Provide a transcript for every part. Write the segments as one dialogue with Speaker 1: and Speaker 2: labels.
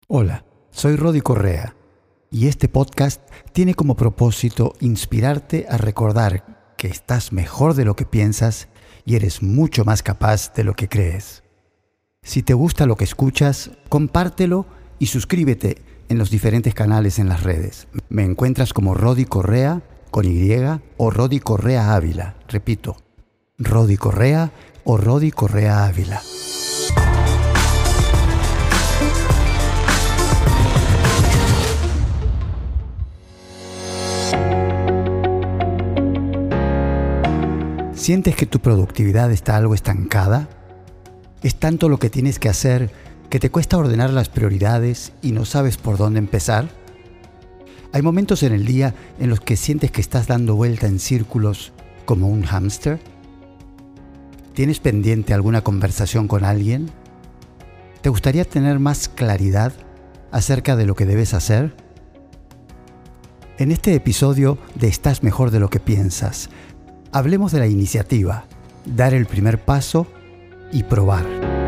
Speaker 1: Hola, soy Rodi Correa y este podcast tiene como propósito inspirarte a recordar que estás mejor de lo que piensas y eres mucho más capaz de lo que crees. Si te gusta lo que escuchas, compártelo y suscríbete en los diferentes canales en las redes. Me encuentras como Rodi Correa con Y o Rodi Correa Ávila. Repito, Rodi Correa o Rodi Correa Ávila. ¿Sientes que tu productividad está algo estancada? ¿Es tanto lo que tienes que hacer que te cuesta ordenar las prioridades y no sabes por dónde empezar? ¿Hay momentos en el día en los que sientes que estás dando vuelta en círculos como un hámster? ¿Tienes pendiente alguna conversación con alguien? ¿Te gustaría tener más claridad acerca de lo que debes hacer? En este episodio de Estás mejor de lo que piensas, hablemos de la iniciativa, dar el primer paso y probar.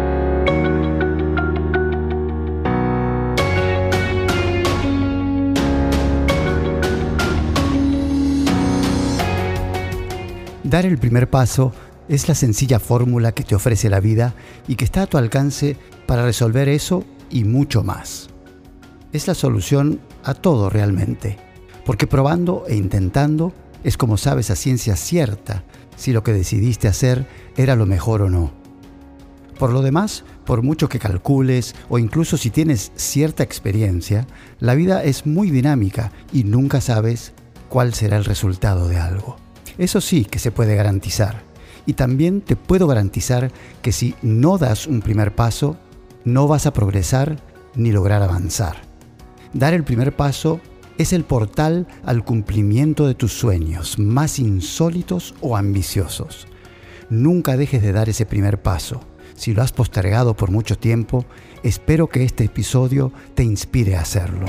Speaker 1: Dar el primer paso es la sencilla fórmula que te ofrece la vida y que está a tu alcance para resolver eso y mucho más. Es la solución a todo realmente, porque probando e intentando es como sabes a ciencia cierta si lo que decidiste hacer era lo mejor o no. Por lo demás, por mucho que calcules o incluso si tienes cierta experiencia, la vida es muy dinámica y nunca sabes cuál será el resultado de algo. Eso sí que se puede garantizar. Y también te puedo garantizar que si no das un primer paso, no vas a progresar ni lograr avanzar. Dar el primer paso es el portal al cumplimiento de tus sueños más insólitos o ambiciosos. Nunca dejes de dar ese primer paso. Si lo has postergado por mucho tiempo, espero que este episodio te inspire a hacerlo.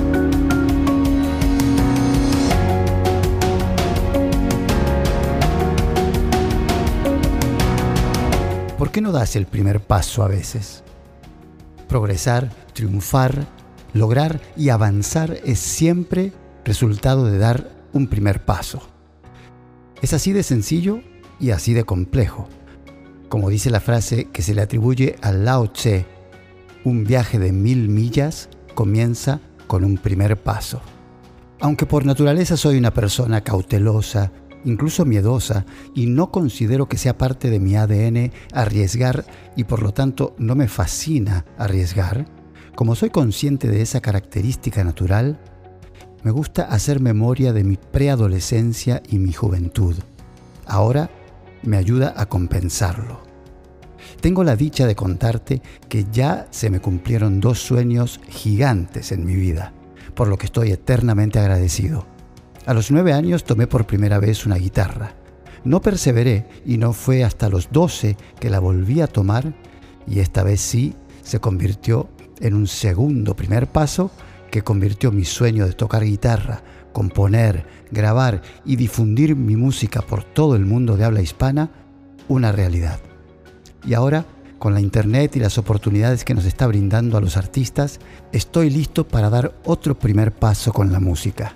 Speaker 1: ¿Por qué no das el primer paso a veces? Progresar, triunfar, lograr y avanzar es siempre resultado de dar un primer paso. Es así de sencillo y así de complejo. Como dice la frase que se le atribuye a Lao Tse, un viaje de 1000 millas comienza con un primer paso. Aunque por naturaleza soy una persona cautelosa, incluso miedosa, y no considero que sea parte de mi ADN arriesgar y por lo tanto no me fascina arriesgar, como soy consciente de esa característica natural, me gusta hacer memoria de mi preadolescencia y mi juventud. Ahora me ayuda a compensarlo. Tengo la dicha de contarte que ya se me cumplieron 2 sueños gigantes en mi vida, por lo que estoy eternamente agradecido. A los 9 años tomé por primera vez una guitarra. No perseveré y no fue hasta los 12 que la volví a tomar y esta vez sí se convirtió en un segundo primer paso que convirtió mi sueño de tocar guitarra, componer, grabar y difundir mi música por todo el mundo de habla hispana, una realidad. Y ahora, con la internet y las oportunidades que nos está brindando a los artistas, estoy listo para dar otro primer paso con la música.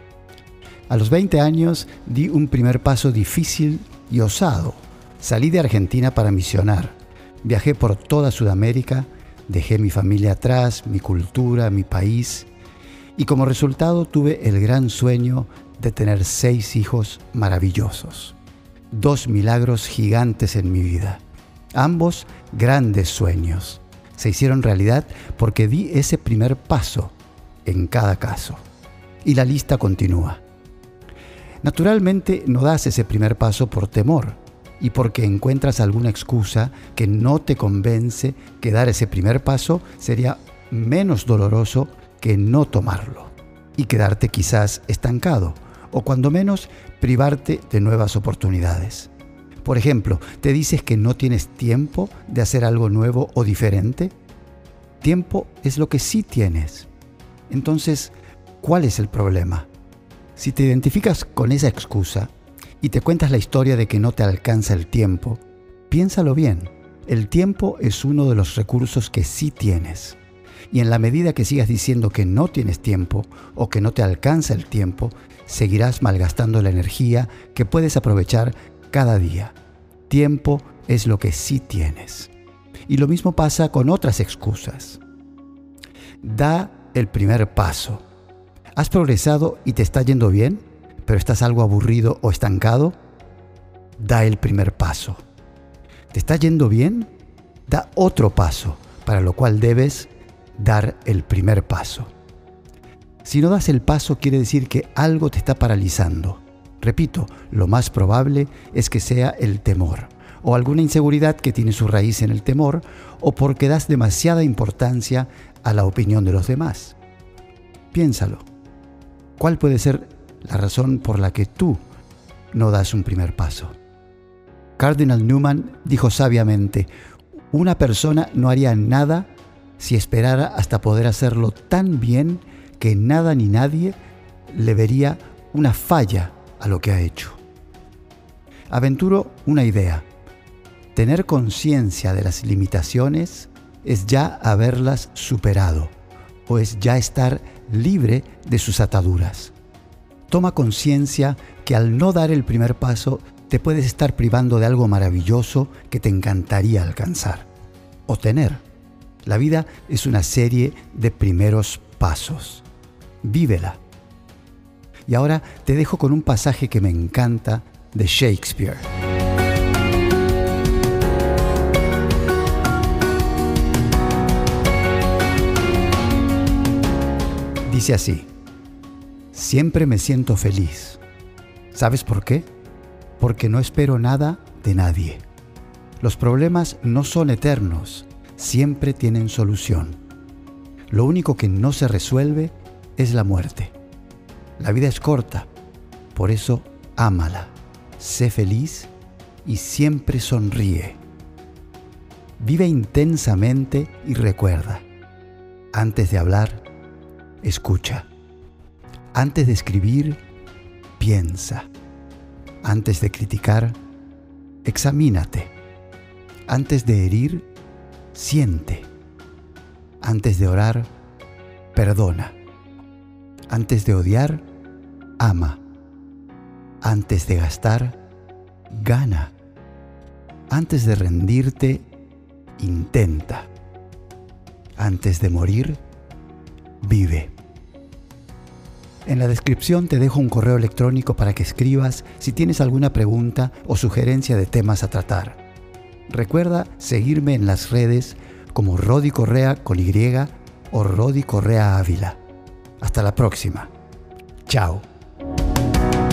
Speaker 1: A los 20 años di un primer paso difícil y osado. Salí de Argentina para misionar. Viajé por toda Sudamérica. Dejé mi familia atrás, mi cultura, mi país, y como resultado tuve el gran sueño de tener 6 hijos maravillosos. 2 milagros gigantes en mi vida. Ambos grandes sueños. Se hicieron realidad porque di ese primer paso en cada caso. Y la lista continúa. Naturalmente no das ese primer paso por temor y porque encuentras alguna excusa que no te convence que dar ese primer paso sería menos doloroso que no tomarlo y quedarte quizás estancado o cuando menos privarte de nuevas oportunidades. Por ejemplo, ¿te dices que no tienes tiempo de hacer algo nuevo o diferente? Tiempo es lo que sí tienes. Entonces, ¿cuál es el problema? Si te identificas con esa excusa y te cuentas la historia de que no te alcanza el tiempo, piénsalo bien. El tiempo es uno de los recursos que sí tienes. Y en la medida que sigas diciendo que no tienes tiempo o que no te alcanza el tiempo, seguirás malgastando la energía que puedes aprovechar cada día. Tiempo es lo que sí tienes. Y lo mismo pasa con otras excusas. Da el primer paso. ¿Has progresado y te está yendo bien, pero estás algo aburrido o estancado? Da el primer paso. ¿Te está yendo bien? Da otro paso, para lo cual debes dar el primer paso. Si no das el paso, quiere decir que algo te está paralizando. Repito, lo más probable es que sea el temor, o alguna inseguridad que tiene su raíz en el temor, o porque das demasiada importancia a la opinión de los demás. Piénsalo. ¿Cuál puede ser la razón por la que tú no das un primer paso? Cardinal Newman dijo sabiamente: una persona no haría nada si esperara hasta poder hacerlo tan bien que nada ni nadie le vería una falla a lo que ha hecho. Aventuro una idea. Tener conciencia de las limitaciones es ya haberlas superado, o es ya estar libre de sus ataduras. Toma conciencia que al no dar el primer paso te puedes estar privando de algo maravilloso que te encantaría alcanzar o tener. La vida es una serie de primeros pasos. Vívela. Y ahora te dejo con un pasaje que me encanta de Shakespeare. Dice así: siempre me siento feliz. ¿Sabes por qué? Porque no espero nada de nadie. Los problemas no son eternos, siempre tienen solución. Lo único que no se resuelve es la muerte. La vida es corta, por eso ámala, sé feliz y siempre sonríe. Vive intensamente y recuerda: antes de hablar, escucha. Antes de escribir, piensa. Antes de criticar, examínate. Antes de herir, siente. Antes de orar, perdona. Antes de odiar, ama. Antes de gastar, gana. Antes de rendirte, intenta. Antes de morir, vive. En la descripción te dejo un correo electrónico para que escribas si tienes alguna pregunta o sugerencia de temas a tratar. Recuerda seguirme en las redes como Rodi Correa con Y o Rodi Correa Ávila. Hasta la próxima. Chao.